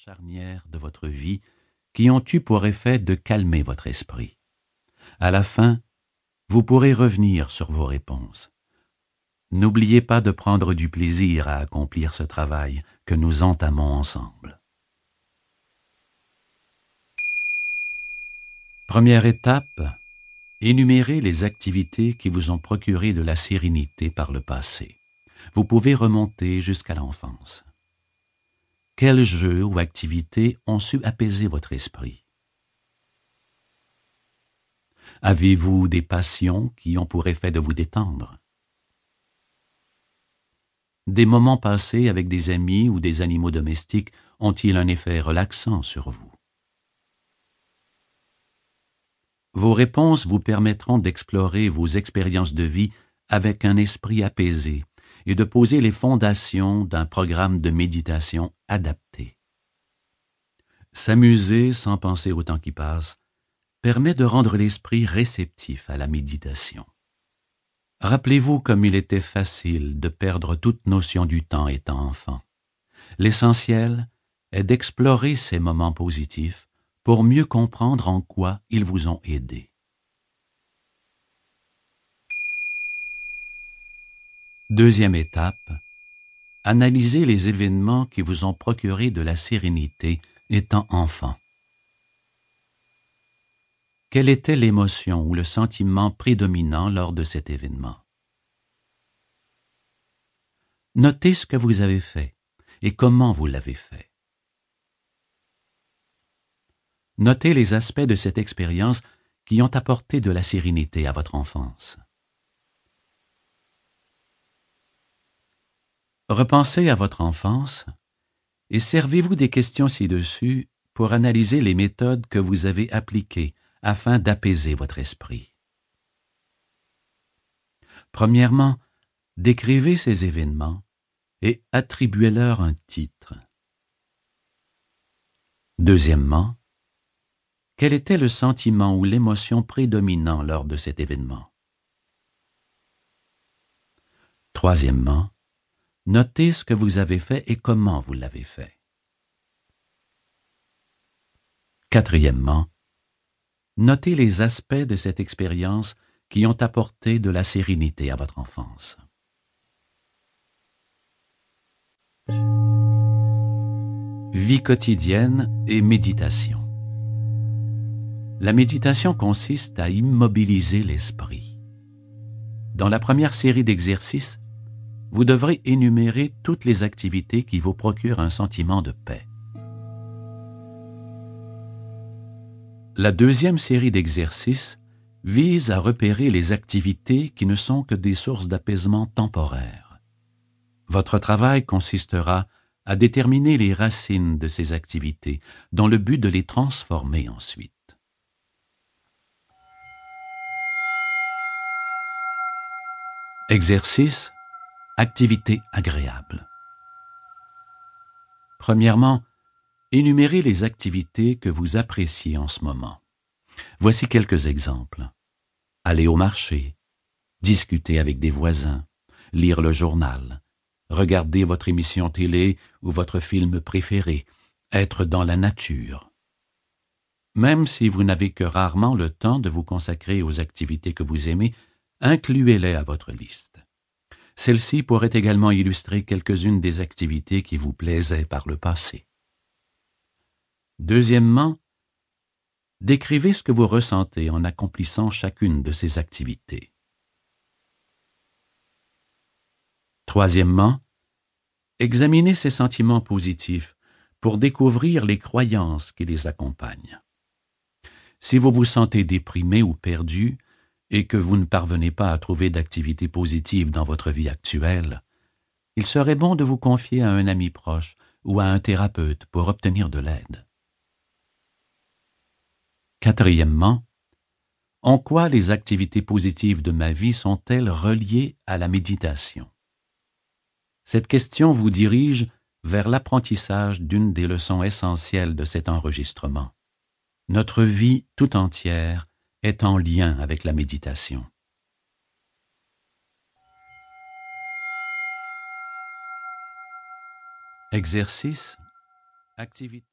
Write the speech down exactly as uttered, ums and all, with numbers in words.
charnières de votre vie qui ont eu pour effet de calmer votre esprit. À la fin, vous pourrez revenir sur vos réponses. N'oubliez pas de prendre du plaisir à accomplir ce travail que nous entamons ensemble. Première étape, énumérez les activités qui vous ont procuré de la sérénité par le passé. Vous pouvez remonter jusqu'à l'enfance. Quels jeux ou activités ont su apaiser votre esprit? Avez-vous des passions qui ont pour effet de vous détendre? Des moments passés avec des amis ou des animaux domestiques ont-ils un effet relaxant sur vous? Vos réponses vous permettront d'explorer vos expériences de vie avec un esprit apaisé et de poser les fondations d'un programme de méditation adapté. S'amuser sans penser au temps qui passe permet de rendre l'esprit réceptif à la méditation. Rappelez-vous comme il était facile de perdre toute notion du temps étant enfant. L'essentiel est d'explorer ces moments positifs pour mieux comprendre en quoi ils vous ont aidé. Deuxième étape, analysez les événements qui vous ont procuré de la sérénité étant enfant. Quelle était l'émotion ou le sentiment prédominant lors de cet événement? Notez ce que vous avez fait et comment vous l'avez fait. Notez les aspects de cette expérience qui ont apporté de la sérénité à votre enfance. Repensez à votre enfance et servez-vous des questions ci-dessus pour analyser les méthodes que vous avez appliquées afin d'apaiser votre esprit. Premièrement, décrivez ces événements et attribuez-leur un titre. Deuxièmement, quel était le sentiment ou l'émotion prédominant lors de cet événement? Troisièmement, notez ce que vous avez fait et comment vous l'avez fait. Quatrièmement, notez les aspects de cette expérience qui ont apporté de la sérénité à votre enfance. Vie quotidienne et méditation. La méditation consiste à immobiliser l'esprit. Dans la première série d'exercices, vous devrez énumérer toutes les activités qui vous procurent un sentiment de paix. La deuxième série d'exercices vise à repérer les activités qui ne sont que des sources d'apaisement temporaires. Votre travail consistera à déterminer les racines de ces activités dans le but de les transformer ensuite. Exercice, activité agréable. Premièrement, énumérez les activités que vous appréciez en ce moment. Voici quelques exemples. Aller au marché, discuter avec des voisins, lire le journal, regarder votre émission télé ou votre film préféré, être dans la nature. Même si vous n'avez que rarement le temps de vous consacrer aux activités que vous aimez, incluez-les à votre liste. Celle-ci pourrait également illustrer quelques-unes des activités qui vous plaisaient par le passé. Deuxièmement, décrivez ce que vous ressentez en accomplissant chacune de ces activités. Troisièmement, examinez ces sentiments positifs pour découvrir les croyances qui les accompagnent. Si vous vous sentez déprimé ou perdu et que vous ne parvenez pas à trouver d'activité positive dans votre vie actuelle, il serait bon de vous confier à un ami proche ou à un thérapeute pour obtenir de l'aide. Quatrièmement, en quoi les activités positives de ma vie sont-elles reliées à la méditation? Cette question vous dirige vers l'apprentissage d'une des leçons essentielles de cet enregistrement. Notre vie tout entière est en lien avec la méditation. Exercice, activité.